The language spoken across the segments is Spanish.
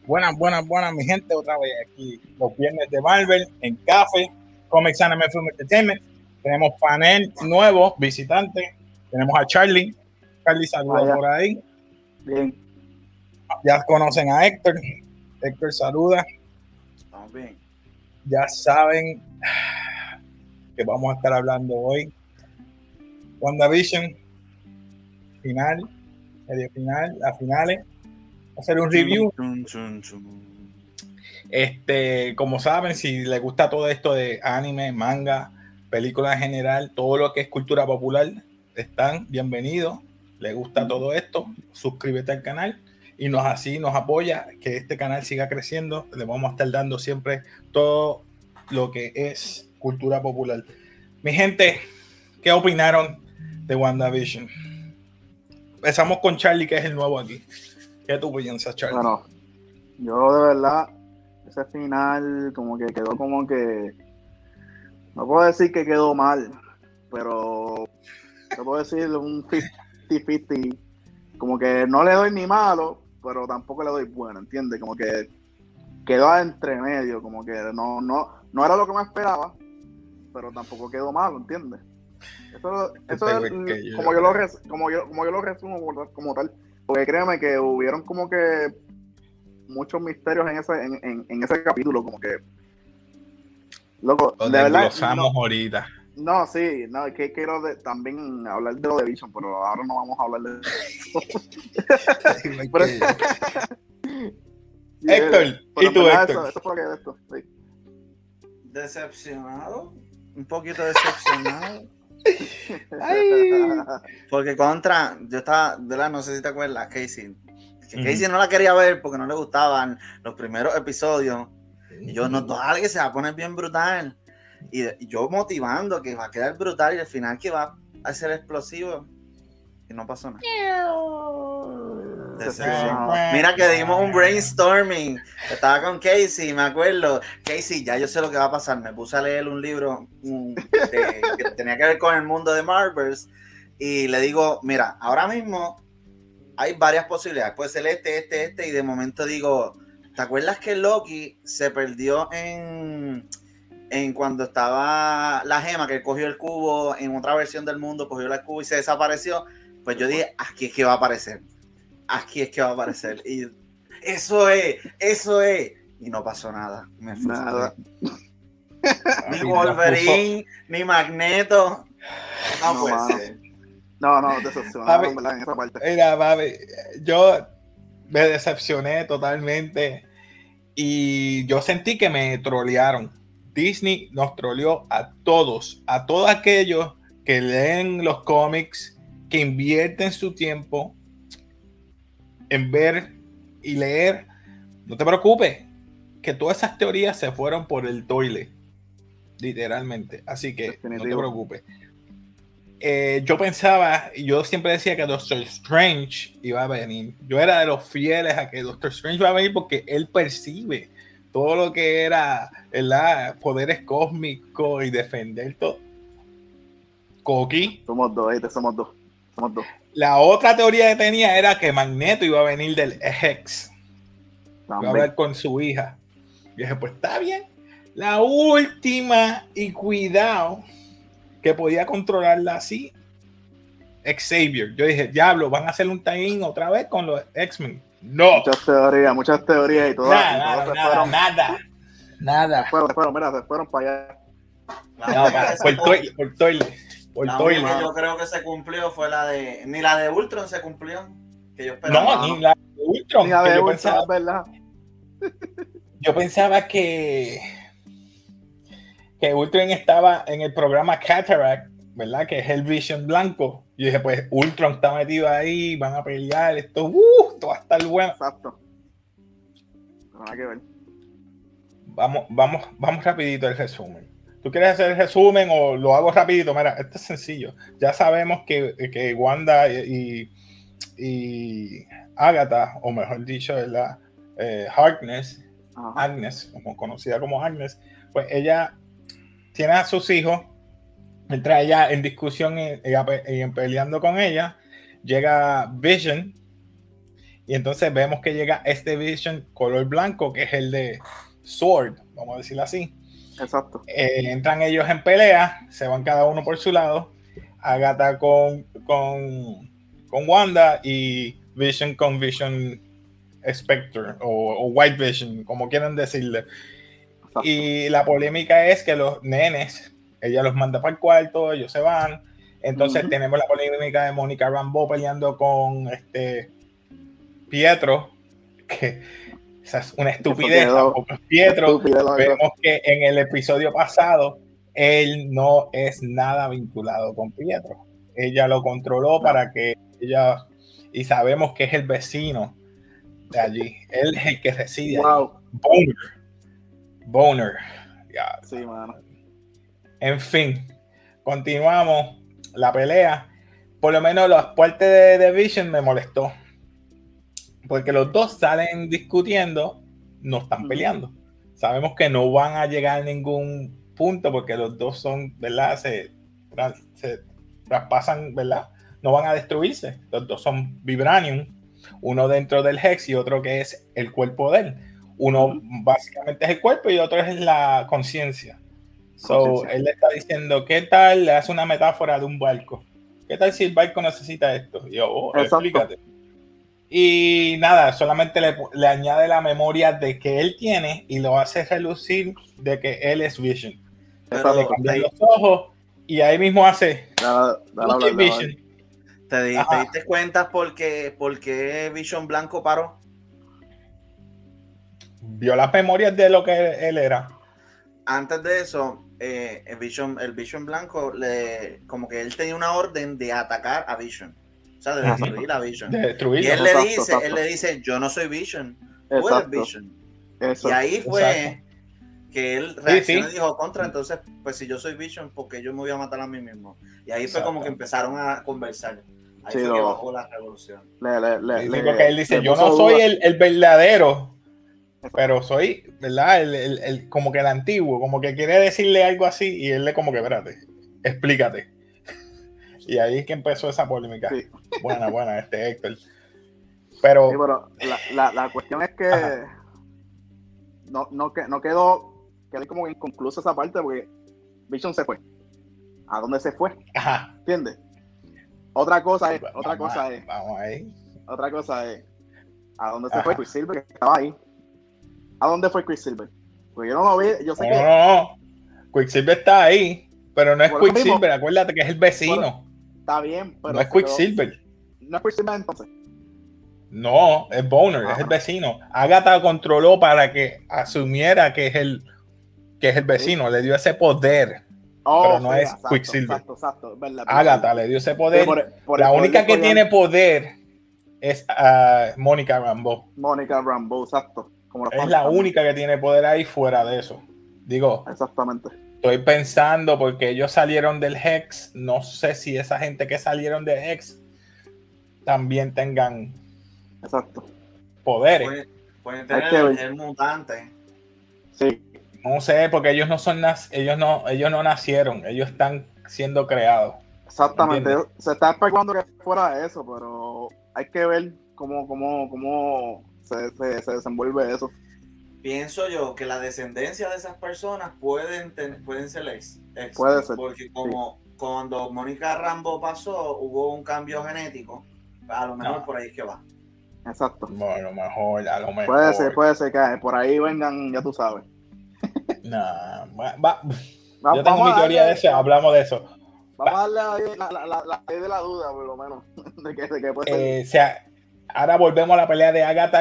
Buenas, mi gente, otra vez aquí, los viernes de Marvel, en Café, Comics Anime Film Entertainment. Tenemos panel nuevo, visitante. Tenemos a Charlie. Charlie saluda por ahí. Bien. Ya conocen a Héctor. Héctor saluda. Estamos bien. Ya saben que vamos a estar hablando hoy. WandaVision, final, serie final, las finales. Hacer un review. Como saben, si les gusta todo esto de anime, manga, películas en general, todo lo que es cultura popular, están bienvenidos. Les gusta todo esto, suscríbete al canal y así nos apoya que este canal siga creciendo. Le vamos a estar dando siempre todo lo que es cultura popular. Mi gente, ¿qué opinaron de WandaVision? Empezamos con Charlie, que es el nuevo aquí. ¿Qué tú piensas, Charlie? Bueno, yo de verdad, ese final como que quedó como que, no puedo decir que quedó mal, pero te puedo decir un 50-50, como que no le doy ni malo, pero tampoco le doy bueno, ¿entiendes? Como que quedó entre medio, como que no era lo que me esperaba, pero tampoco quedó malo, ¿entiendes? Eso es como yo lo resumo como tal, porque créeme que hubieron como que muchos misterios en ese capítulo, como que loco, lo de verdad desglosamos ahorita. No, sí, no, es que quiero también hablar de lo de Vision, pero ahora no vamos a hablar de eso. Héctor, ¿y tú, Héctor? Eso fue lo que de esto, sí. Decepcionado, un poquito decepcionado. Ay. Porque yo estaba, de la, no sé si te acuerdas, Casey. Casey no la quería ver porque no le gustaban los primeros episodios. Y yo, no, dale, que se va a poner bien brutal. Y yo motivando que va a quedar brutal y al final que va a ser explosivo. Y no pasó nada. Mira que dimos un brainstorming. Estaba con Casey, me acuerdo. Casey, ya yo sé lo que va a pasar. Me puse a leer un libro que tenía que ver con el mundo de Marvels. Y le digo, mira, ahora mismo hay varias posibilidades. Puede ser este. Y de momento digo, ¿te acuerdas que Loki se perdió en cuando estaba la gema, que él cogió el cubo en otra versión del mundo, cogió el cubo y se desapareció? Pues yo dije, aquí es que va a aparecer. Y eso es. Y no pasó nada. Me frustré. Nada. Ni Wolverine, ni Magneto. No puede ser. No, decepcionado, ¿verdad? En esa parte. Mira, baby, yo me decepcioné totalmente y yo sentí que me trolearon. Disney nos troleó a todos aquellos que leen los cómics, que invierten su tiempo en ver y leer. No te preocupes, que todas esas teorías se fueron por el toilet, literalmente. Así que definitivo. No te preocupes. Yo pensaba, y yo siempre decía que Doctor Strange iba a venir. Yo era de los fieles a que Doctor Strange iba a venir porque él percibe todo lo que era, ¿verdad? Poderes cósmicos y defender todo. Coqui. Somos dos. La otra teoría que tenía era que Magneto iba a venir del Hex. Iba a hablar con su hija. Y dije, pues está bien. La última, y cuidado, que podía controlarla así, Xavier. Yo dije, diablo, van a hacer un tie-in otra vez con los X-Men. No. Muchas teorías y todo. Nada. Se fueron para allá. Por toilet. Yo creo que se cumplió fue ni la de Ultron se cumplió. Que yo esperaba. No, ni la de Ultron. Ni la de Ultron, ¿verdad? Yo pensaba que Ultron estaba en el programa Cataract, ¿verdad? Que es el Vision blanco. Y dije, pues Ultron está metido ahí, van a pelear, esto va a estar bueno. Exacto. Nada que ver. Vamos rapidito el resumen. ¿Tú quieres hacer el resumen o lo hago rapidito? Mira, esto es sencillo. Ya sabemos que Wanda y Agatha, o mejor dicho, ¿verdad? Agnes, como conocida como Agnes, pues ella tiene a sus hijos. Entra ella en discusión y peleando con ella, llega Vision Y entonces vemos que llega este Vision color blanco, que es el de Sword, vamos a decirlo así. Exacto. Entran ellos en pelea, se van cada uno por su lado. Agatha con Wanda y Vision con Vision Spectre o White Vision, como quieran decirle. Exacto. Y la polémica es que los nenes, ella los manda para el cuarto, ellos se van. Entonces tenemos la polémica de Mónica Rambeau peleando con Pietro, que esa es una estupidez. Pietro, vemos que en el episodio pasado él no es nada vinculado con Pietro. Ella lo controló para que ella, y sabemos que es el vecino de allí. Él es el que reside allí. Boner. Yeah. Sí, mano. En fin, continuamos la pelea. Por lo menos las partes de Vision me molestó. Porque los dos salen discutiendo, no están peleando. Sabemos que no van a llegar a ningún punto porque los dos son, ¿verdad? Se traspasan, ¿verdad? No van a destruirse. Los dos son Vibranium. Uno dentro del Hex y otro que es el cuerpo de él. Uno básicamente es el cuerpo y otro es la conciencia. So, él le está diciendo, ¿qué tal? Le hace una metáfora de un barco. ¿Qué tal si el barco necesita esto? Y yo, explícate. Y nada, solamente le añade la memoria de que él tiene y lo hace relucir de que él es Vision. Le cambian los ojos y ahí mismo hace Vision. ¿Te diste cuenta por qué Vision blanco paró? Vio las memorias de lo que él era. Antes de eso, el Vision blanco, como que él tenía una orden de atacar a Vision. O sea, de destruir a Vision. Y él le dice, yo no soy Vision, tú eres Vision. Y ahí fue que él reaccionó y dijo, contra, entonces, pues si yo soy Vision, porque yo me voy a matar a mí mismo. Y ahí fue como que empezaron a conversar. Ahí fue que bajó la revolución. Porque él dice, yo no soy el verdadero, pero soy, ¿verdad? El como que el antiguo, como que quiere decirle algo así y él le como que, espérate, explícate. Y ahí es que empezó esa polémica. Sí. Buena, Héctor. Pero, sí, pero la cuestión es que no quedó como inconclusa esa parte porque Vision se fue. ¿A dónde se fue? Ajá. ¿Entiendes? Otra cosa es, ¿a dónde se fue Quicksilver que estaba ahí? ¿A dónde fue Quicksilver? Porque yo no lo vi, yo sé que... No, Quicksilver está ahí, pero no es Quicksilver, acuérdate que es el vecino. Está bien, pero... No es Quicksilver. ¿No es Quicksilver entonces? No, es Boner, es el vecino. Agatha controló para que asumiera que es el vecino, le dio ese poder. Pero no es Quicksilver. Exacto. ¿Verdad? Agatha le dio ese poder. La única que tiene poder es Mónica Rambeau. Mónica Rambeau, exacto. Es la única que tiene poder ahí fuera de eso. Digo, exactamente. Estoy pensando porque ellos salieron del Hex. No sé si esa gente que salieron del Hex también tengan poderes. Pueden tener el mutante. Sí. No sé, porque ellos ellos no nacieron, ellos están siendo creados. Exactamente, se está especulando que fuera eso, pero hay que ver cómo se desenvuelve eso. Pienso yo que la descendencia de esas personas pueden ser ex. Puede ser. Porque como cuando Mónica Rambeau pasó, hubo un cambio genético, a lo mejor por ahí es que va. Exacto. Bueno, a lo mejor. Puede ser que por ahí vengan, ya tú sabes. Yo tengo mi teoría de eso, hablamos de eso. Vamos a darle la de la duda, por lo menos, de que puede ser. Ahora volvemos a la pelea de Agatha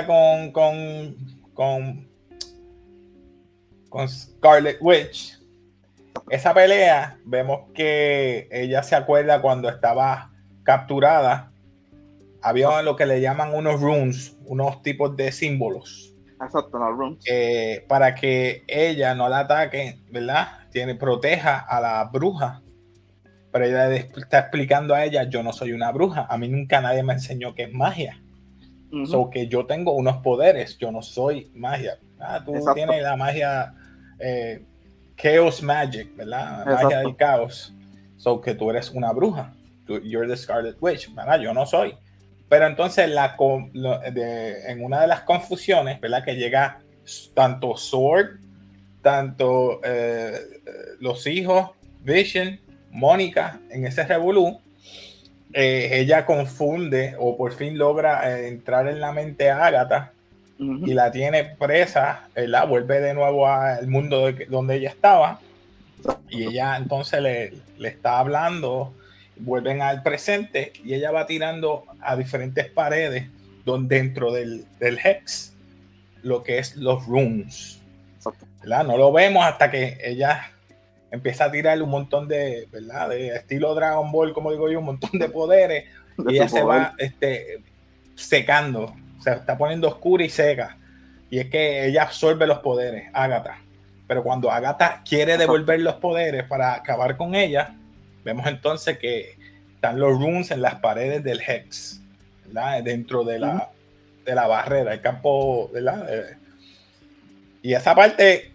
con Scarlet Witch. Esa pelea, vemos que ella se acuerda cuando estaba capturada. Había lo que le llaman unos runes, unos tipos de símbolos. Exacto, los runes. Para que ella no la ataque, ¿verdad? Proteja a la bruja. Pero ella está explicando a ella, yo no soy una bruja. A mí nunca nadie me enseñó que es magia. So que yo tengo unos poderes, yo no soy magia. Tú tienes la magia Chaos Magic, ¿verdad? Magia del caos. So que tú eres una bruja. You're the Scarlet Witch, ¿verdad? Yo no soy. Pero entonces en una de las confusiones, ¿verdad? Que llega tanto Sword, tanto los hijos, Vision, Mónica, en ese revolú, ella confunde o por fin logra entrar en la mente a Agatha y la tiene presa, la vuelve de nuevo al mundo donde ella estaba y ella entonces le está hablando, vuelven al presente y ella va tirando a diferentes paredes dentro del Hex lo que es los rooms, ¿verdad? No lo vemos hasta que ella empieza a tirar un montón de, ¿verdad? De estilo Dragon Ball, como digo yo, un montón de poderes y ella se va secando, se está poniendo oscura y seca. Y es que ella absorbe los poderes, Agatha. Pero cuando Agatha quiere devolver los poderes para acabar con ella, vemos entonces que están los runes en las paredes del Hex, ¿verdad? Dentro de la barrera, el campo, ¿verdad? Y esa parte,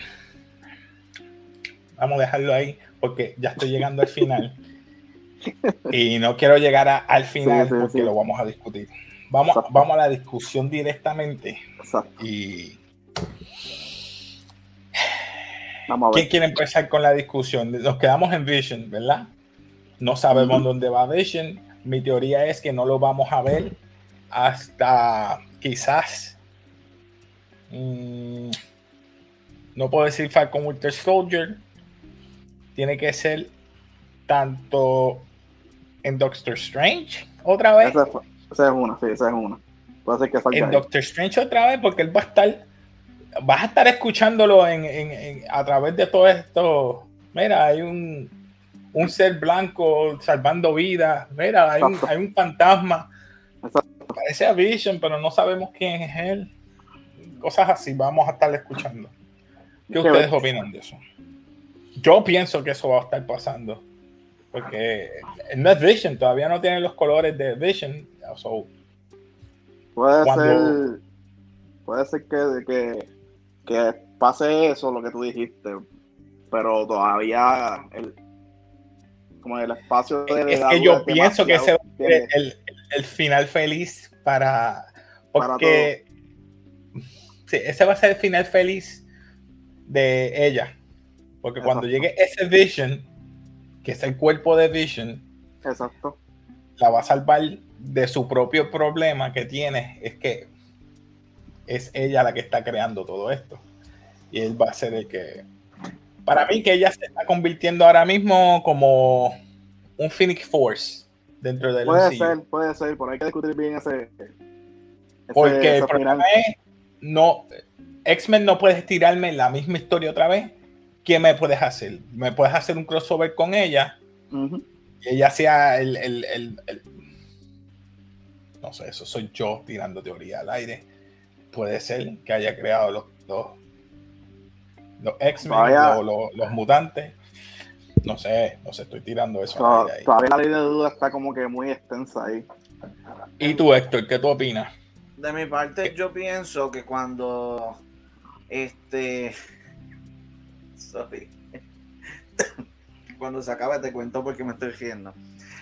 vamos a dejarlo ahí porque ya estoy llegando al final. Y no quiero llegar al final porque lo vamos a discutir. Vamos a la discusión directamente. Exacto. Y vamos a ver. ¿Quién quiere empezar con la discusión? Nos quedamos en Vision, ¿verdad? No sabemos dónde va Vision. Mi teoría es que no lo vamos a ver hasta quizás no puedo decir Falcon Winter Soldier. Tiene que ser tanto en Doctor Strange otra vez. Esa es una. Puede ser que salga en Doctor Strange otra vez porque él va a estar, vas a estar escuchándolo a través de todo esto. Mira, hay un ser blanco salvando vidas. Mira, hay un fantasma. Exacto. Parece a Vision, pero no sabemos quién es él. Cosas así, vamos a estar escuchando. ¿Qué ustedes opinan de eso? Yo pienso que eso va a estar pasando. Porque no es Vision, todavía no tiene los colores de Vision. So, puede ser que pase eso, lo que tú dijiste, pero todavía como el espacio de es que yo pienso que ese va a ser el final feliz porque sí, ese va a ser el final feliz de ella, porque cuando llegue ese Vision, que es el cuerpo de Vision, exacto, la va a salvar de su propio problema que tiene, es que es ella la que está creando todo esto y él va a ser el que, para mí, que ella se está convirtiendo ahora mismo como un Phoenix Force dentro del MCU. Puede ser, por ahí hay que discutir bien ese porque el problema es, X-Men no puedes tirarme la misma historia otra vez. ¿Qué me puedes hacer? Me puedes hacer un crossover con ella y ella sea el no sé, eso soy yo tirando teoría al aire. Puede ser que haya creado los X-Men o los mutantes. No sé, estoy tirando eso al aire ahí. Todavía la ley de duda está como que muy extensa ahí. ¿Y tú, Héctor, qué tú opinas? De mi parte, yo pienso que cuando sorry. Cuando se acabe te cuento porque me estoy riendo.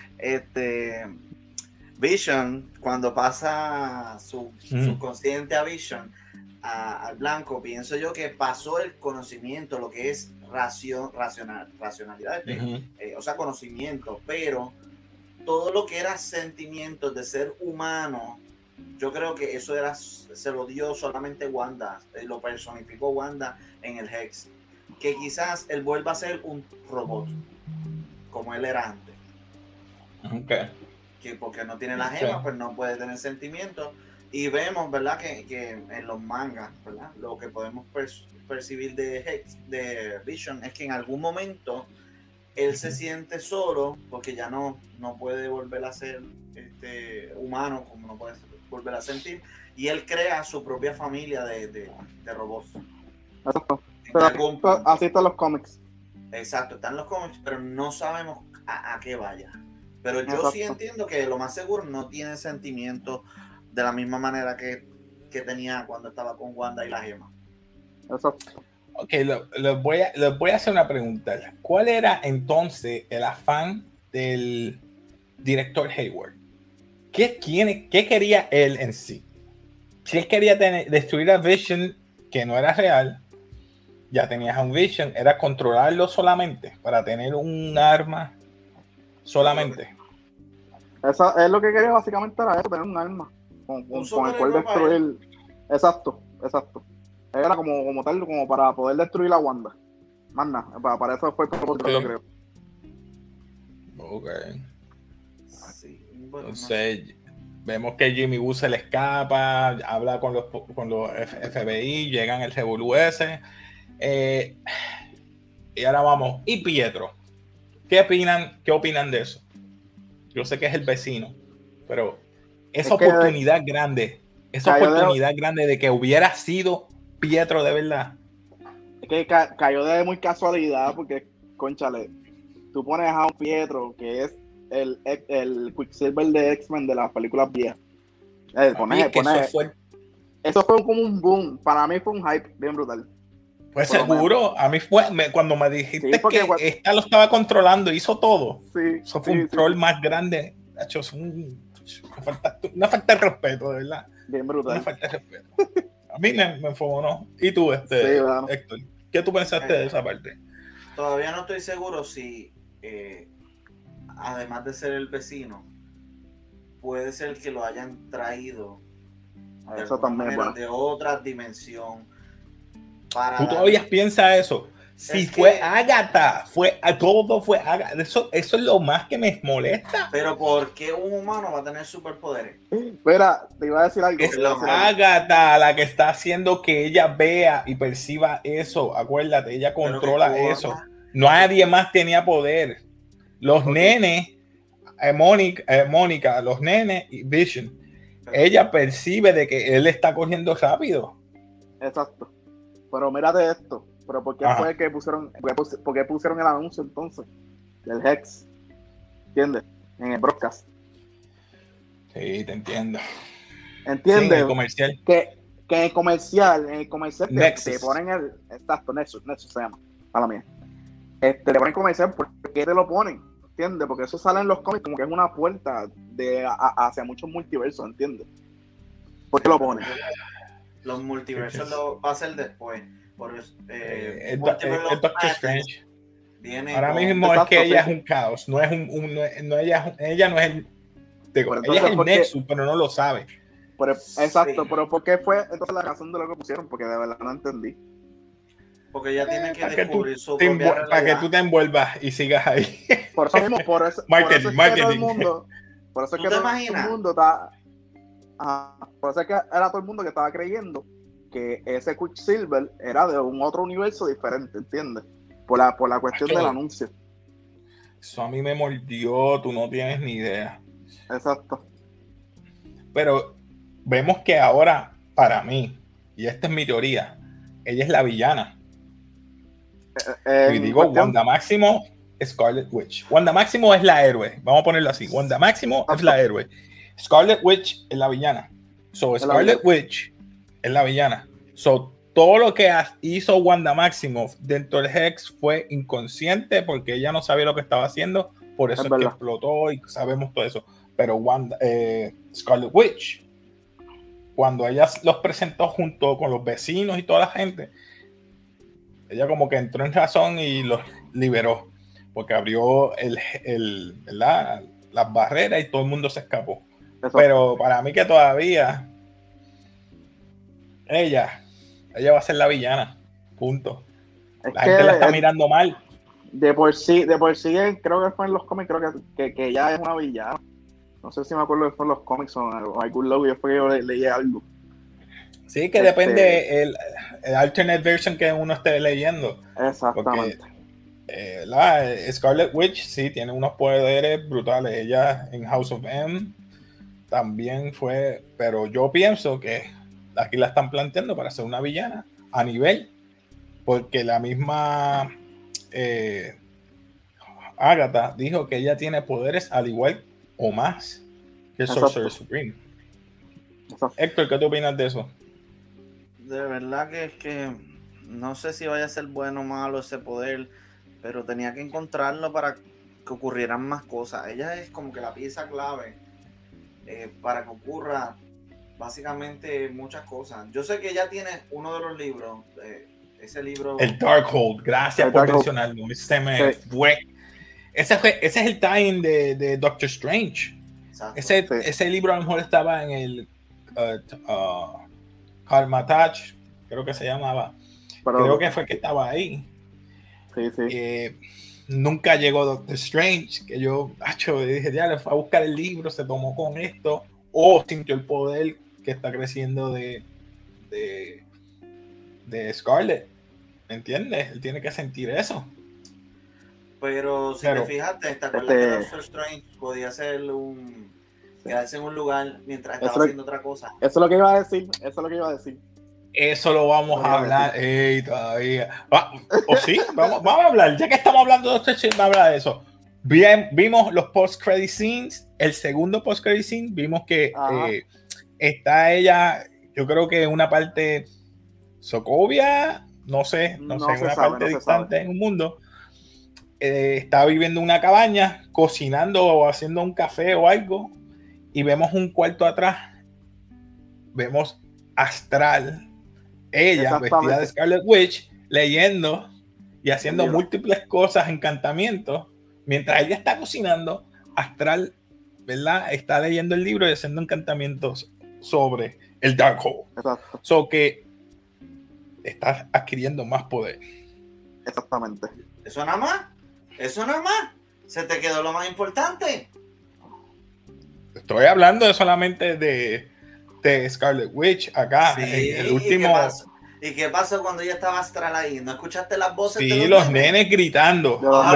Vision, cuando pasa su subconsciente a Vision, al blanco, pienso yo que pasó el conocimiento, lo que es racionalidad, o sea, conocimiento, pero todo lo que era sentimientos de ser humano, yo creo que eso se lo dio solamente Wanda, lo personificó Wanda en el Hex, que quizás él vuelva a ser un robot, como él era antes. Okay. Que porque no tiene la gema, pues no puede tener sentimientos. Y vemos, ¿verdad? Que en los mangas, ¿verdad? Lo que podemos percibir de Vision es que en algún momento él se siente solo porque ya no puede volver a ser humano, como no puede volver a sentir. Y él crea su propia familia de robots. Exacto. Así están los cómics. Exacto, están los cómics, pero no sabemos a qué vaya. Pero yo sí entiendo que lo más seguro no tiene sentimientos de la misma manera que tenía cuando estaba con Wanda y la gema. Exacto. Ok, les voy a hacer una pregunta. ¿Cuál era entonces el afán del director Hayward? ¿Qué quería él en sí? Si él quería destruir a Vision, que no era real, ya tenías a un Vision, era controlarlo solamente para tener un arma solamente. Eso es lo que quería básicamente, era eso, tener un arma con el cual destruir. Exacto. Era como tal, como para poder destruir a Wanda. Más nada, para eso fue el propósito, yo creo. Ok. Sí, bueno, entonces, vemos que Jimmy Woo se le escapa, habla con los FBI, llegan el revolú ese. Y ahora vamos. ¿Y Pietro? ¿Qué opinan de eso? Yo sé que es el vecino, pero esa oportunidad grande de que hubiera sido Pietro de verdad. Es que cayó de muy casualidad, porque, cónchale, tú pones a un Pietro que es el Quicksilver de X-Men de las películas viejas. Eso fue como un boom. Para mí fue un hype bien brutal. Pues seguro, a mí fue cuando me dijiste que esta lo estaba controlando, hizo todo. Sí, eso fue un troll más grande. Hecho, es una falta de respeto, de verdad. Bien brutal. Una falta de respeto. A mí me enfogonó. ¿Y tú, bueno. Héctor? ¿Qué tú pensaste de esa parte? Todavía no estoy seguro si, además de ser el vecino, puede ser que lo hayan traído eso también, de otra dimensión. ¿Tú todavía piensas eso? Si fue Agatha, todo fue Agatha. Eso es lo más que me molesta. Pero ¿por qué un humano va a tener superpoderes? Espera, te iba a decir algo. Es Agatha la que está haciendo que ella vea y perciba eso. Acuérdate, ella controla eso. Nadie más tenía poder. Los nenes, Mónica, los nenes y Vision. Ella percibe de que él está corriendo rápido. Exacto. Pero mírate esto. Pero ¿por qué fue que pusieron el anuncio entonces del Hex? ¿Entiendes? En el broadcast. Sí, te entiendo. ¿Entiendes? Sí, en el comercial. Que en el comercial Nexus. te ponen exacto, Nexus se llama, a la mía. Te ponen comercial, ¿por qué te lo ponen? ¿Entiendes? Porque eso sale en los cómics como que es una puerta hacia muchos multiversos, ¿entiendes? ¿Por qué lo ponen? Los multiversos lo va a hacer después. Por eso, el Doctor Strange. Ahora mismo mismo es que ella es un caos. No es ella no es el. Ella es el Nexus, pero no lo sabe. Exacto, pero ¿por qué fue entonces la razón de lo que pusieron? Porque de verdad no entendí. Porque ella tiene que descubrir su propia realidad. Para que tú te envuelvas y sigas ahí. Por eso mismo, por eso es que todo el mundo, por eso es que todo el mundo está, por eso es que era todo el mundo que estaba creyendo que ese Quicksilver era de un otro universo diferente, ¿entiendes? Por la cuestión del anuncio. Eso a mí me mordió, tú no tienes ni idea. Exacto. Pero vemos que ahora, para mí, y esta es mi teoría, ella es la villana. Y digo, Wanda Maximoff, Scarlet Witch. Wanda Maximoff es la héroe. Vamos a ponerlo así. Wanda Maximoff es la héroe. Scarlet Witch es la villana. So, Scarlet Witch es la villana. So, todo lo que hizo Wanda Maximoff dentro del Hex fue inconsciente porque ella no sabía lo que estaba haciendo. Por eso es que explotó y sabemos todo eso. Pero Scarlet Witch, cuando ella los presentó junto con los vecinos y toda la gente, ella como que entró en razón y los liberó. Porque abrió las barreras y todo el mundo se escapó. Eso. Pero para mí que todavía ella va a ser la villana. Punto. La gente la está mirando mal. De por sí, creo que fue en los cómics, creo que ella es una villana. No sé si me acuerdo que fue en los cómics o algún lado, yo leí algo. Sí, que depende el alternate version que uno esté leyendo. Exactamente. Porque, Scarlet Witch sí tiene unos poderes brutales. Ella en House of M también fue, pero yo pienso que aquí la están planteando para ser una villana a nivel, porque la misma Agatha dijo que ella tiene poderes al igual o más que Sorcerer Supreme. Exacto. Héctor, ¿qué te opinas de eso? De verdad que es que no sé si vaya a ser bueno o malo ese poder, pero tenía que encontrarlo para que ocurrieran más cosas. Ella es como que la pieza clave para que ocurra básicamente muchas cosas. Yo sé que ella tiene uno de los libros, ese libro... El Darkhold, gracias El por Darkhold. mencionarlo. Se me fue. Ese es el tie-in de Doctor Strange. Exacto. Ese libro a lo mejor estaba en el Karmatach, creo que se llamaba. Creo que fue que estaba ahí. Sí. Nunca llegó Doctor Strange, que yo dije, ya le fue a buscar el libro, se tomó con esto, o sintió el poder que está creciendo de Scarlet. ¿Me entiendes? Él tiene que sentir eso. Pero si te fijaste, ¿te acuerdas que Doctor Strange podía quedarse en un lugar mientras estaba haciendo otra cosa? Eso es lo que iba a decir. Eso lo vamos a hablar todavía. ¿O sí? Vamos a hablar. Ya que estamos hablando de Doctor Strange, vamos a hablar de eso. Bien, vimos los post-credit scenes. El segundo post-credit scene, vimos que está ella, yo creo que en una parte Sokovia, no sé, una parte distante en un mundo. Está viviendo en una cabaña, cocinando o haciendo un café o algo, y vemos un cuarto atrás. Vemos Astral, ella vestida de Scarlet Witch, leyendo y haciendo múltiples cosas, encantamientos, mientras ella está cocinando. Astral, ¿verdad?, está leyendo el libro y haciendo encantamientos sobre el Darkhold. Exacto. So que está adquiriendo más poder. Exactamente. Eso nada más. Se te quedó lo más importante. Estoy hablando solamente de Scarlet Witch acá. Sí, el último. ¿Y qué pasó cuando ella estaba Astral ahí? ¿No escuchaste las voces? Sí, los nenes gritando.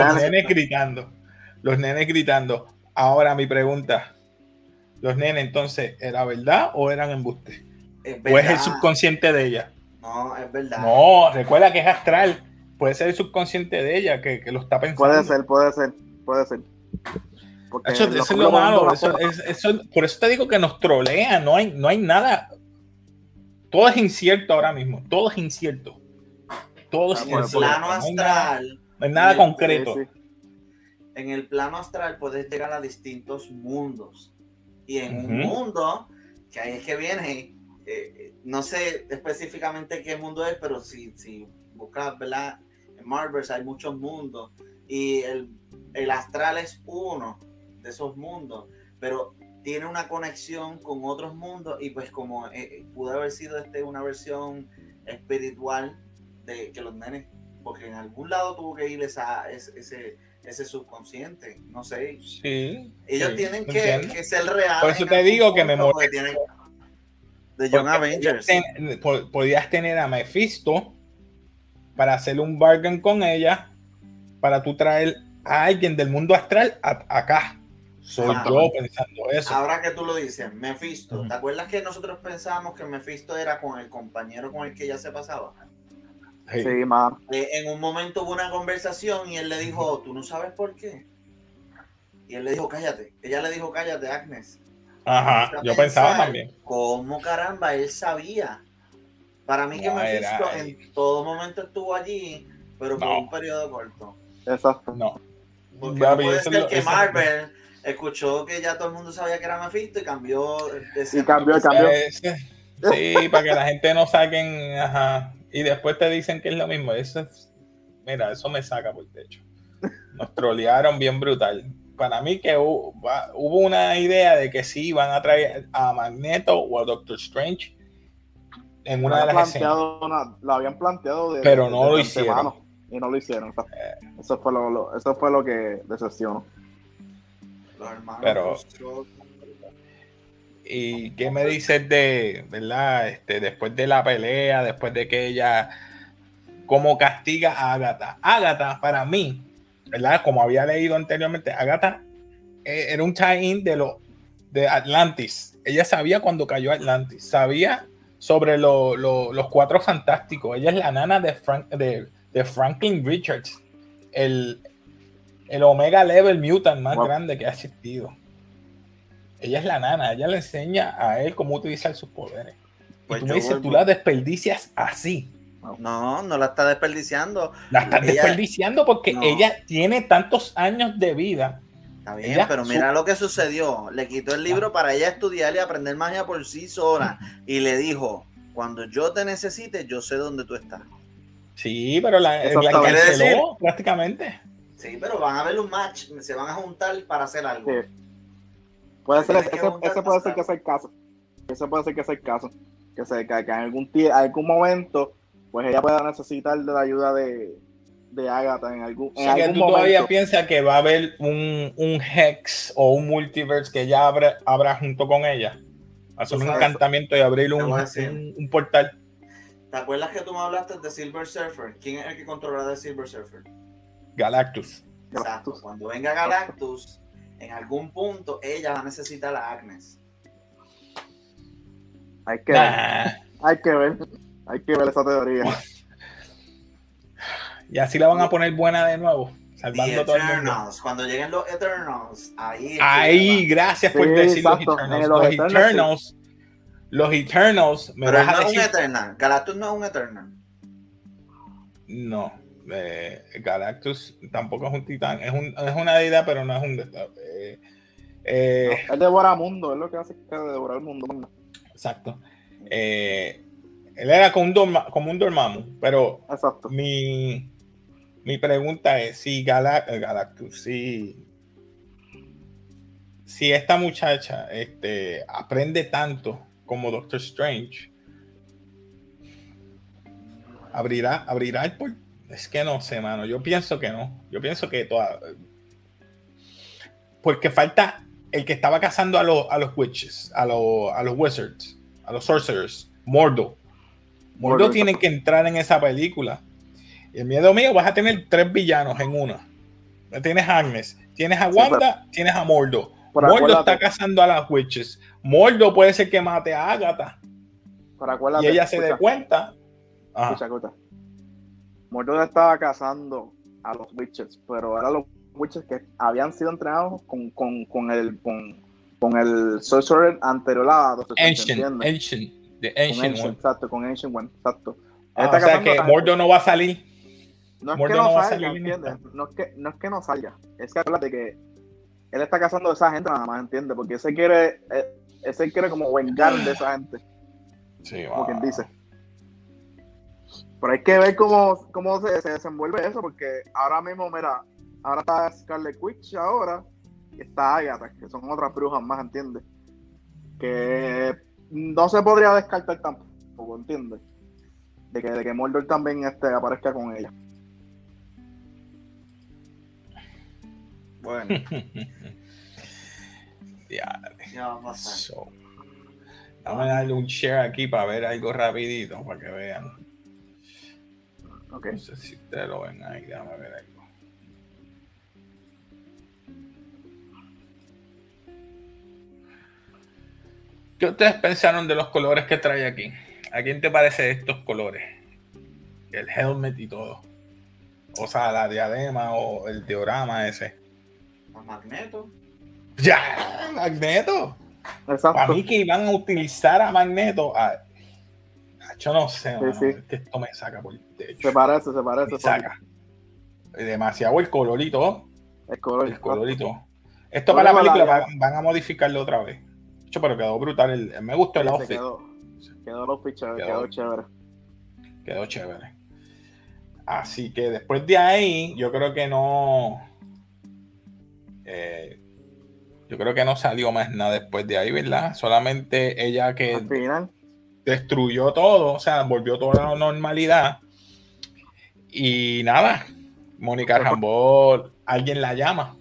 Los nenes gritando. Ahora mi pregunta. ¿Los nenes entonces era verdad o eran embustes? ¿O es el subconsciente de ella? No, es verdad. No, recuerda que es Astral. Puede ser el subconsciente de ella que lo está pensando. Puede ser. Eso es lo malo. Por eso te digo que nos trolean. No hay nada. Todo es incierto ahora mismo. Todo es incierto. Todo es incierto. En el plano astral. No hay nada concreto. Sí. En el plano astral puedes llegar a distintos mundos. Y en un mundo, que ahí es que viene, no sé específicamente qué mundo es, pero si buscas, ¿verdad? En Marvel hay muchos mundos. Y el astral es uno de esos mundos, pero tiene una conexión con otros mundos, y pues como pudo haber sido una versión espiritual de que los nenes, porque en algún lado tuvo que ir ese subconsciente, no sé. Sí. Ellos tienen que ser reales. Por eso te digo que me molesta. De Young Avengers. Podías tener a Mephisto para hacer un bargain con ella, para tú traer a alguien del mundo astral acá. Soy yo pensando eso. Ahora que tú lo dices, Mephisto, ¿te acuerdas que nosotros pensábamos que Mephisto era con el compañero con el que ella se pasaba? Sí, ma. En un momento hubo una conversación y él le dijo, ¿tú no sabes por qué? Y él le dijo, cállate. Ella le dijo, cállate, Agnes. Ajá, yo pensaba también. ¿Cómo caramba él sabía? Para mí que Mephisto en todo momento estuvo allí, pero por un periodo corto. Exacto. No. Porque no puede ser que Marvel escuchó que ya todo el mundo sabía que era Mephisto y cambió. Cambió. Sí, para que la gente no saquen, y después te dicen que es lo mismo. Mira, eso me saca por el techo. Nos trolearon bien brutal. Para mí que hubo una idea de que sí iban a traer a Magneto o a Doctor Strange en una de las escenas. Lo habían planteado pero no lo hicieron. Y no lo hicieron. Eso fue lo que decepcionó. Los hermanos. Pero, ¿y qué me dices de, verdad, después de la pelea, después de que ella, cómo castiga a Agatha? Agatha, para mí, ¿verdad? Como había leído anteriormente, Agatha era un tie-in de Atlantis. Ella sabía cuando cayó Atlantis, sabía sobre los Cuatro Fantásticos. Ella es la nana de Franklin Richards, el Omega Level Mutant más grande que ha existido. Ella es la nana, ella le enseña a él cómo utilizar sus poderes. Pues y tú me dices, tú la desperdicias así. No la está desperdiciando. La estás desperdiciando porque ella tiene tantos años de vida Está bien, pero mira lo que sucedió. Le quitó el libro para ella estudiar y aprender magia por sí sola. Y le dijo, cuando yo te necesite, yo sé dónde tú estás. Sí, pero la canceló prácticamente. Sí, pero van a ver un match. Se van a juntar para hacer algo. Sí. Puede ser, ese puede ser que sea el caso. Ese puede ser que sea el caso. Que en algún momento, pues ella pueda necesitar de la ayuda de Agatha en algún momento. ¿Tú todavía piensas que va a haber un Hex o un multiverse que ella abra junto con ella? Hacer un encantamiento y abrir un portal. ¿Te acuerdas que tú me hablaste de Silver Surfer? ¿Quién es el que controla de Silver Surfer? Galactus. Exacto. Cuando venga Galactus, en algún punto ella va a necesitar a Agnes. Hay que ver esa teoría. Y así la van a poner buena de nuevo, salvando todo el mundo. Cuando lleguen los Eternals, ahí gracias por decir exacto. Los Eternals. Me pero vas no a decir... es un Eternal. Galactus no es un Eternal. No, Galactus tampoco es un titán. Es una deidad, pero no es un él devora mundo, es lo que hace que devorar el mundo. Exacto. Él era como un Dormammu, pero exacto. Mi pregunta es si Galactus, si esta muchacha aprende tanto como Doctor Strange, abrirá el portal. Es que no sé, mano. Yo pienso que no. Yo pienso que porque falta el que estaba cazando a los witches, a los wizards, a los sorcerers, Mordo. Mordo tiene que entrar en esa película. Y el miedo mío, vas a tener 3 villanos en una. Tienes a Agnes, tienes a Wanda, tienes a Mordo. Mordo está cazando a las witches. Mordo puede ser que mate a Agatha. Y ella se dé cuenta. Escucha. Mordo estaba cazando a los witches, pero eran los witches que habían sido entrenados con el sorcerer anterior a Ancient. Exacto, con Ancient One, exacto. O sea que Mordo no va a salir. No es que no salga, ¿entiendes? No es que no salga. Es que acuérdate que él está cazando a esa gente nada más, ¿entiendes? Porque ese quiere como vengar de esa gente. Sí, como quien dice. Pero hay que ver cómo se desenvuelve eso, porque ahora mismo, mira, ahora está Scarlet Witch y está Agatha, que son otras brujas más, ¿entiendes? Que no se podría descartar tampoco, ¿entiendes? De que Mordor también aparezca con ella. Bueno. Ya va a pasar. Vamos a darle un share aquí para ver algo rapidito, para que vean. Okay. No sé si ustedes lo ven ahí, déjame ver algo. ¿Qué ustedes pensaron de los colores que trae aquí? ¿A quién te parece estos colores? El helmet y todo. O sea, la diadema o el diorama ese. Magneto. ¡Ya! ¡Magneto! Exacto. Para mí que iban a utilizar a Magneto. Yo no sé, sí. Es que esto me saca por el techo. Se parece. Me saca. Demasiado el colorito. El colorito. Esto para la película van a modificarlo otra vez. Pero quedó brutal. Me gustó el outfit. Quedó el outfit quedó chévere. Quedó chévere. Así que después de ahí, yo creo que no. Yo creo que no salió más nada después de ahí, ¿verdad? Solamente ella que al final destruyó todo, o sea, volvió toda la normalidad. Y nada, Mónica Rambeau, alguien la llama.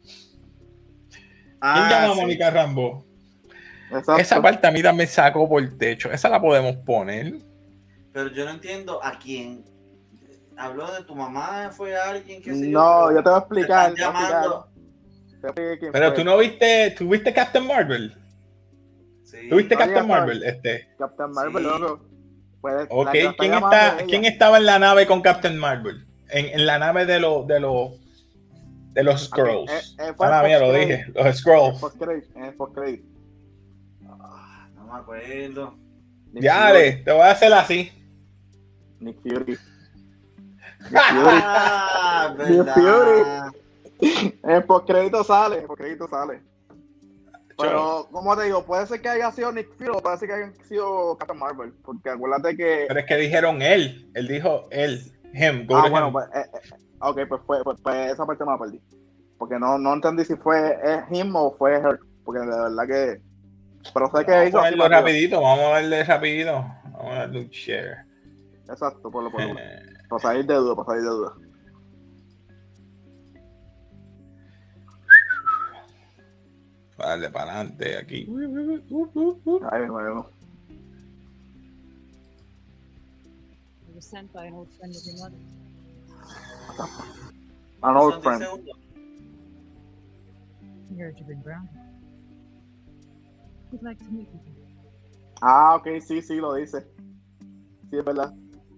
¿Quién llama a Mónica Rambeau? Exacto. Esa parte a mí también sacó por el techo. Esa la podemos poner. Pero yo no entiendo a quién. ¿Habló de tu mamá? ¿Fue alguien que se No, yo te voy a explicar. Pero tú no viste, ¿tú viste Captain Marvel? Sí. ¿Tú viste Captain Marvel? Captain Marvel, loco. Pues, ¿Quién estaba en la nave con Captain Marvel? En la nave de los Skrulls. Mía, lo dije. Los Skrulls. No me acuerdo. Ya, te voy a hacer así. Nick Fury. Nick Fury. En el postcrédito sale. Pero, como te digo, puede ser que haya sido Nick Fury o puede ser que haya sido Captain Marvel. Porque acuérdate que. Pero es que dijeron él. Él dijo him. Go to Bueno, him. pues, ok, pues esa parte me la perdí. Porque no entendí si fue him o fue her. Porque de verdad que. Pero sé que hizo así. Vamos a darle rapidito. Vamos a darle un share. Exacto, por lo menos. Para salir de duda. Dale para adelante aquí. Ahí mismo. It was sent by an old friend of your mother. An old friend. He heard you've been grounded. He'd like to meet with you. Ah, ok, sí, lo dice. Sí, es verdad.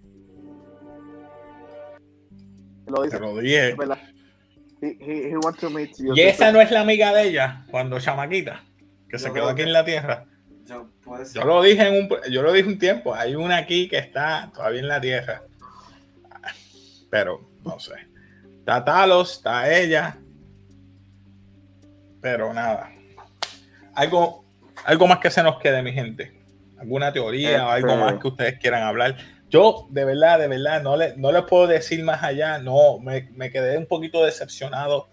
Lo dice. Te lo dije. Es verdad. He wants to meet you. Y esa no es la amiga de ella, cuando chamaquita, que se quedó aquí en la Tierra. Yo lo dije un tiempo. Hay una aquí que está todavía en la Tierra. Pero, no sé. Está Talos, está ella. Pero nada. Algo más que se nos quede, mi gente. ¿Alguna teoría o algo más que ustedes quieran hablar? Yo, de verdad, no les puedo decir más allá. No, me quedé un poquito decepcionado.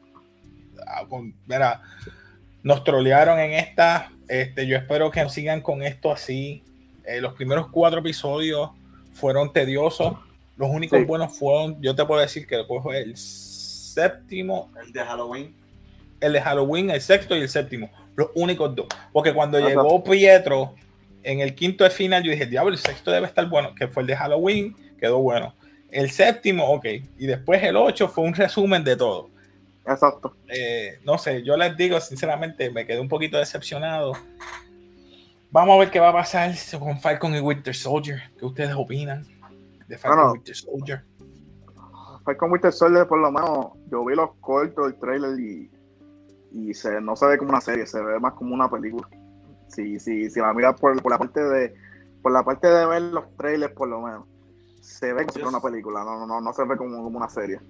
Mira, nos trolearon en esta. Yo espero que sigan con esto así. Los primeros 4 episodios fueron tediosos. Los únicos buenos fueron, yo te puedo decir que fue el séptimo. El de Halloween. El de Halloween, el sexto y el séptimo. Los únicos 2. Porque cuando llegó Pietro en el quinto de final, yo dije, diablo, el sexto debe estar bueno. Que fue el de Halloween, quedó bueno. El séptimo, ok. Y después el 8 fue un resumen de todo. Exacto. No sé, yo les digo, sinceramente, me quedé un poquito decepcionado. Vamos a ver qué va a pasar con Falcon y Winter Soldier. ¿Qué ustedes opinan de Falcon y Winter Soldier? Falcon y Winter Soldier, por lo menos, yo vi los cortos, el trailer y no se ve como una serie, se ve más como una película. Si la miras por la parte de ver los trailers, por lo menos, se ve como una película, no se ve como una serie.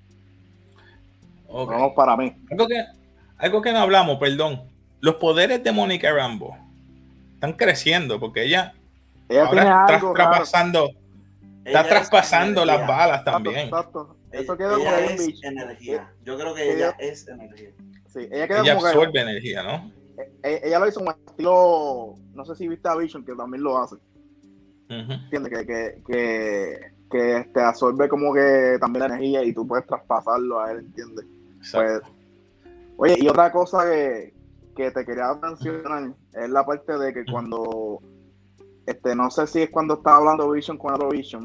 Okay. No, para mí. Algo que no hablamos, perdón. Los poderes de Mónica Rambeau están creciendo porque ella ahora está traspasando las balas también. Exacto. Eso quedó ella como es energía. Yo creo que ella es energía. Sí, ella absorbe energía, ¿no? Ella lo hizo un estilo, no sé si viste a Vision, que también lo hace. ¿Entiendes? Que te absorbe como que también la energía y tú puedes traspasarlo a él, ¿entiendes? Pues, oye, y otra cosa que te quería mencionar es la parte de que cuando no sé si es cuando estaba hablando Vision con otro Vision,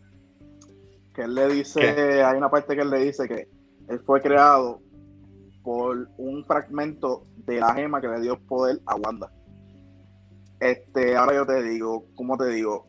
que él le dice, hay una parte que él le dice que él fue creado por un fragmento de la gema que le dio poder a Wanda. Ahora yo te digo, ¿cómo te digo?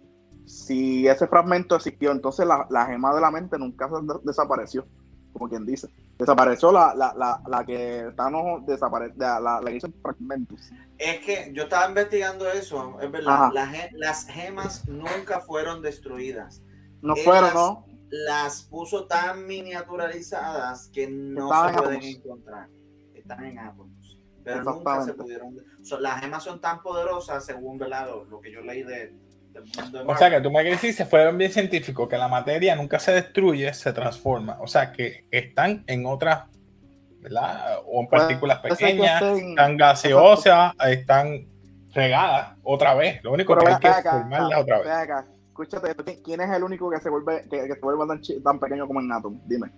Si ese fragmento existió, entonces la gema de la mente nunca desapareció, como quien dice. Desapareció la que Thanos la que hizo fragmentos. Es que yo estaba investigando eso, es verdad. Las gemas nunca fueron destruidas. No fueron, ¿no? Las puso tan miniaturizadas que no se pueden encontrar. Están en átomos. Pero nunca se pudieron. Las gemas son tan poderosas, según lo que yo leí del mundo de Marvel. O sea que tú me quieres decir, se fueron bien científicos, que la materia nunca se destruye, se transforma. O sea que están en otras, ¿verdad? O en partículas pequeñas, están gaseosas, están regadas otra vez. Lo único que hay que es formarlas otra vez. Escúchate, ¿quién es el único que se vuelve tan pequeño como en Atom? Dime.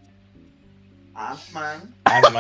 Ant-Man.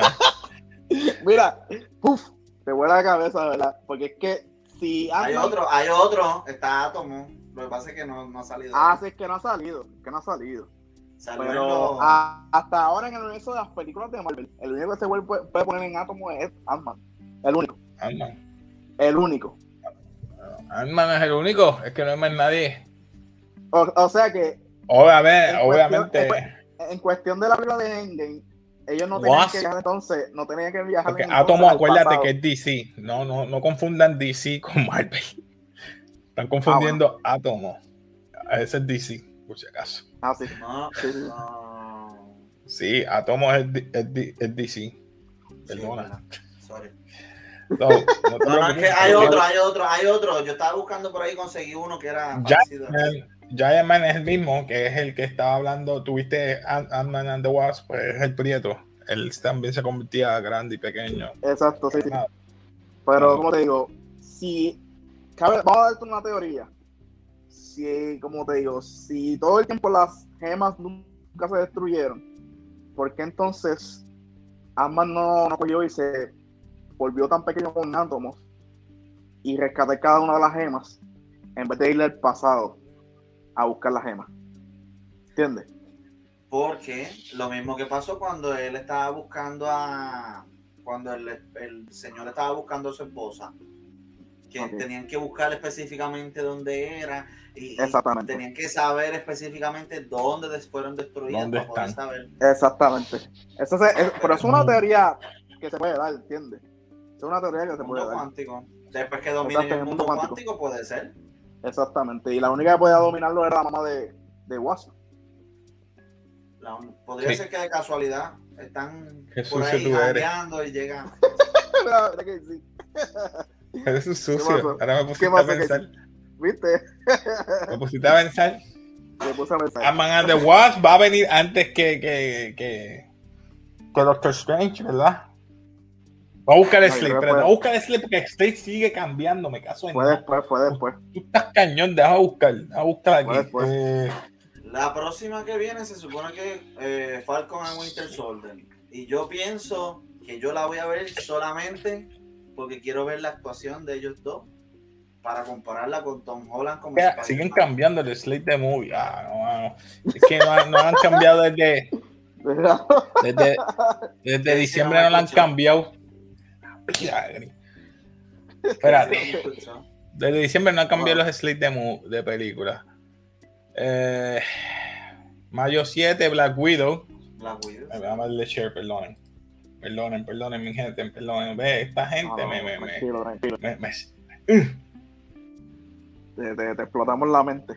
Mira, te vuela la cabeza, ¿verdad? Porque es que si hay otro, está Átomo. Lo que pasa es que no ha salido. Sí, es que no ha salido. Salió pero hasta ahora en el universo de las películas de Marvel, el único que se puede poner en Átomo es Ant-Man. El único. El único. Ant-Man es el único, es que no hay más nadie. O sea que obviamente en cuestión de la película de Endgame, ellos no tenían que viajar, entonces no tenían que viajar. Porque Átomo, acuérdate que es DC, no confundan DC con Marvel. Están confundiendo Átomo. Ese es DC, por si acaso. Sí. Sí, Atomos es DC. Perdona. Sorry. No, No, es que hay otro. Yo estaba buscando por ahí, conseguí uno que era parecido. Giant Man es el mismo, que es el que estaba hablando. Tuviste Ant-Man and the Wasp, pues es el prieto. Él también se convertía grande y pequeño. Exacto, sí. Nada. Pero, como te digo, vamos a darte una teoría. Como te digo, si todo el tiempo las gemas nunca se destruyeron, ¿por qué entonces Ant-Man no cogió y se volvió tan pequeño con átomos y rescatar cada una de las gemas en vez de irle al pasado a buscar las gemas? ¿Entiendes? Porque lo mismo que pasó cuando él estaba buscando cuando el señor estaba buscando a su esposa, que tenían que buscar específicamente dónde era y tenían que saber específicamente dónde fueron destruidas para poder saber. Exactamente. Pero es una teoría que se puede dar, ¿entiendes? Es una teoría que se puede dar. Cuántico. Después que dominen el mundo cuántico puede ser. Exactamente. Y la única que podía dominarlo era la mamá de Wasp. Podría ser que de casualidad están Qué por ahí jangueando y llegan. La verdad que sí. Eres un sucio. Ahora me pusiste a pensar. ¿Viste? Me pusiste a pensar. Me puse a pensar. Ant-Man and the Wasp va a venir antes que Doctor Strange, ¿verdad? Va a buscar Slade, pero no va a buscar Slade porque Slade sigue cambiando, me caso en fue después. Tú estás cañón, deja buscar aquí. La próxima que viene se supone que Falcon and Winter Soldier. Y yo pienso que yo la voy a ver solamente porque quiero ver la actuación de ellos dos para compararla con Tom Holland como Spider-Man. Siguen cambiando el Slate de movie. No. Es que no han cambiado desde diciembre, no la han cambiado. Espérate. Desde diciembre no han cambiado los slates de película. Mayo 7, Black Widow. Me voy a llamarle Cher, perdonen, mi gente, perdonen. Ve, esta gente Te explotamos la mente.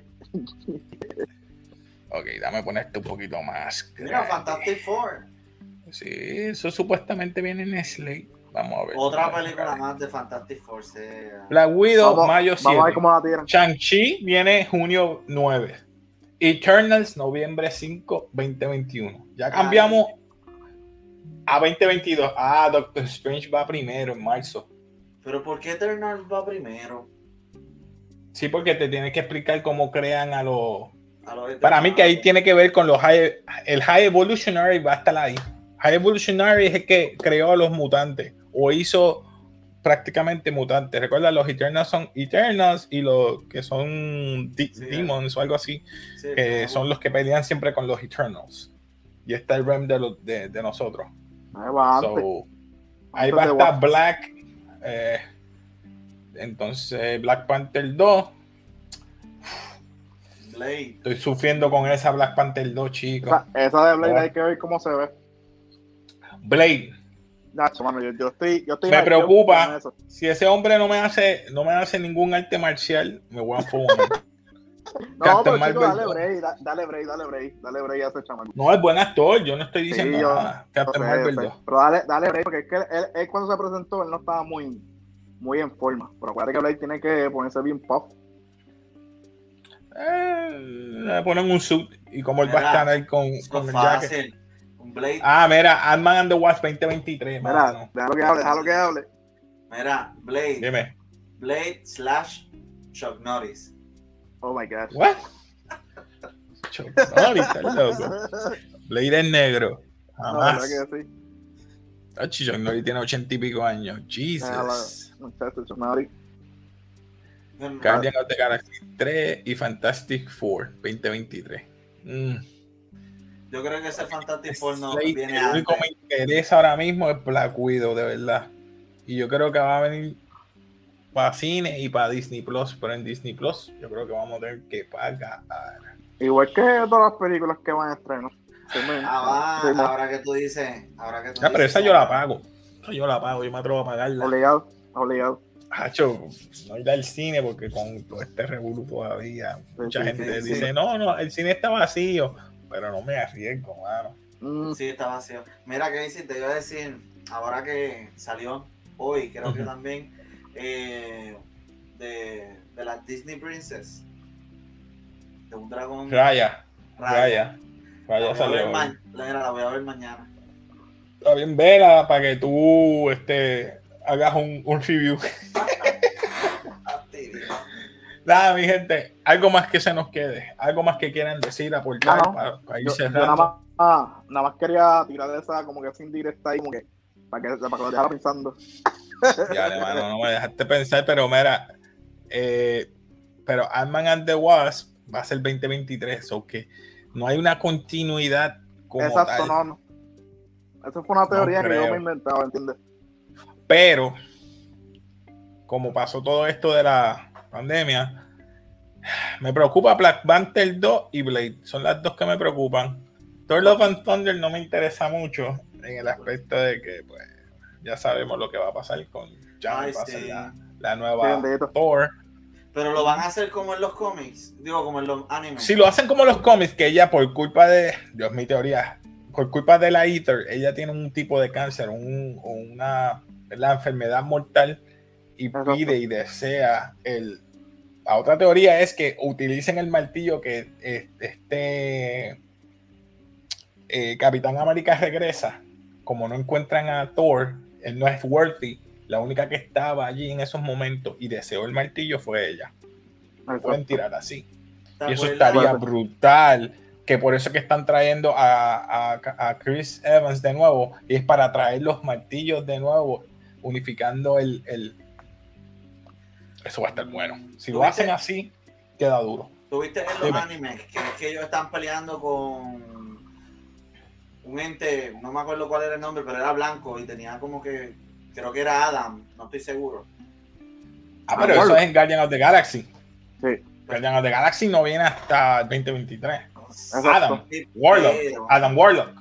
Ok, dame ponerte un poquito más. Mira, Fantastic Four. Sí, eso supuestamente viene en Slate. Vamos a ver. Otra película más de Fantastic Four. Black Widow, mayo 7. Vamos a ver cómo la tiran. Shang-Chi viene junio 9. Eternals, noviembre 5, 2021. Ya cambiamos a 2022. Doctor Strange va primero en marzo. ¿Pero por qué Eternals va primero? Sí, porque te tienes que explicar cómo crean a los... Para mí que ahí tiene que ver con los el High Evolutionary va a estar ahí. High Evolutionary es el que creó a los mutantes o hizo prácticamente mutantes. Recuerda, los Eternals son Eternals y los que son Demons o algo así, que son los que pelean siempre con los Eternals. Y está el Realm de nosotros. Ahí va a estar Black. Entonces, Black Panther 2. Blade. Estoy sufriendo con esa Black Panther 2, chicos. Esa de Blade hay que ver cómo se ve. Blade. Nacho, mano, yo estoy me preocupa. Si ese hombre no me hace ningún arte marcial, me voy a enfocar. No, pero chico, dale break a ese chamaco. No, es buen actor, yo no estoy diciendo nada. Captain Marvel 2. Pero dale break, porque es que él cuando se presentó, él no estaba muy en forma. Pero acuérdate que Blade tiene que ponerse bien puff. Le ponen un suit y como él va a estar ahí con el jacket. Blade. Mira, Ant-Man and the Wasp 2023. Mira, déjalo que hable. Mira, Blade. Dime. Blade / Chuck Norris. Oh my gosh. What? Chuck Norris, está loco. Blade es negro. Jamás. No, que sí. Chuck Norris tiene 80 y pico años. Jesus. Chuck Norris. Guardians of the Galaxy 3 y Fantastic Four 2023. Yo creo que ese Fantastic Four no viene antes. Lo único que me interesa ahora mismo es Black Widow, de verdad. Y yo creo que va a venir para cine y para Disney Plus. Pero en Disney Plus yo creo que vamos a tener que pagar. Igual que todas las películas que van a estrenar. Ahora que tú dices. Pero esa yo la pago. Yo me atrevo a pagarla. Obligado. Hacho, no ir al cine porque con todo este revuelo todavía mucha gente dice, no, el cine está vacío. Pero no me arriesgo, mano. Sí, está vacío. Mira, Casey, te iba a decir, ahora que salió hoy, creo que también, de las Disney Princess, de un dragón. Raya La salió hoy. la voy a ver mañana. Está bien, vela para que tú hagas un review. Nada, mi gente, algo más que se nos quede, algo más que quieran decir, aportar para ir cerrando. Nada más quería tirar esa como que esa indirecta ahí, como que para que lo dejara pensando. Ya, hermano, no me dejaste pensar, pero mira, pero Ant-Man and the Wasp va a ser 2023, o que no hay una continuidad como Exacto, tal. no. Eso fue una teoría No que yo creo. me inventaba, ¿entiendes? Pero, como pasó todo esto de la pandemia, me preocupa Black Panther 2 y Blade. Son las dos que me preocupan. Thor Love and Thunder no me interesa mucho en el aspecto de que, pues, ya sabemos lo que va a pasar con Jon, va a ser la nueva Thor. Pero lo van a hacer como en los cómics, digo, como en los animes. Si lo hacen como los cómics, que ella por culpa de, Dios, mi teoría, por culpa de la Ether, ella tiene un tipo de cáncer, una enfermedad mortal y pide y desea la otra teoría es que utilicen el martillo que Capitán América regresa, como no encuentran a Thor, él no es worthy, la única que estaba allí en esos momentos y deseó el martillo fue ella. Pueden tirar así. Y eso estaría brutal, que por eso que están trayendo a Chris Evans de nuevo, y es para traer los martillos de nuevo, unificando eso va a estar bueno. Si lo hacen así, queda duro. ¿Tuviste en los animes que ellos están peleando con un ente, no me acuerdo cuál era el nombre, pero era blanco y tenía como que, creo que era Adam, no estoy seguro? Pero eso es en Guardians of the Galaxy. Sí. Guardians of the Galaxy no viene hasta el 2023. Exacto. Adam Warlock.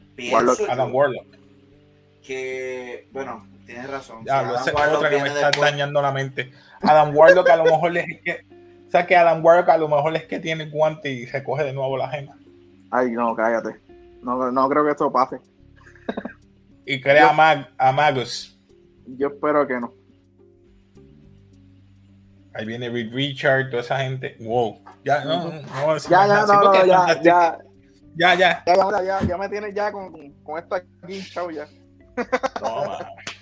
Que, bueno, tienes razón. Ya, esa es otra que me está dañando la mente. Adam Warlock a lo mejor es que, o sea, que Adam Warlock a lo mejor es que tiene el guante y recoge de nuevo la gema. Ay, no, cállate. No creo que eso pase. Y crea a Magus. Yo espero que no. Ahí viene Reed Richard, toda esa gente. Wow. Ya, Ya me tienes ya con esto aquí, chao ya. Toma.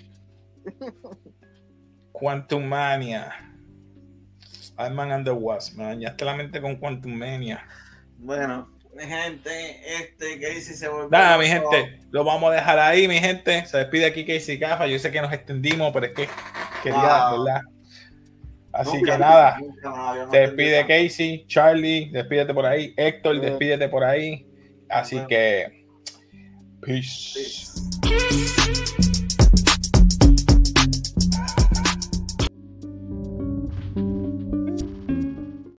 Quantum Mania. Ant-Man and the Wasp. Me dañaste la mente con Quantum Mania. Bueno, mi gente, Casey se volvió. Nada, mi gente, lo vamos a dejar ahí, mi gente. Se despide aquí Casey Cafa. Yo sé que nos extendimos, pero es que quería, ¿verdad? Así que nada, se despide Casey, Charlie, despídete por ahí, Héctor, despídete por ahí. Así que, peace.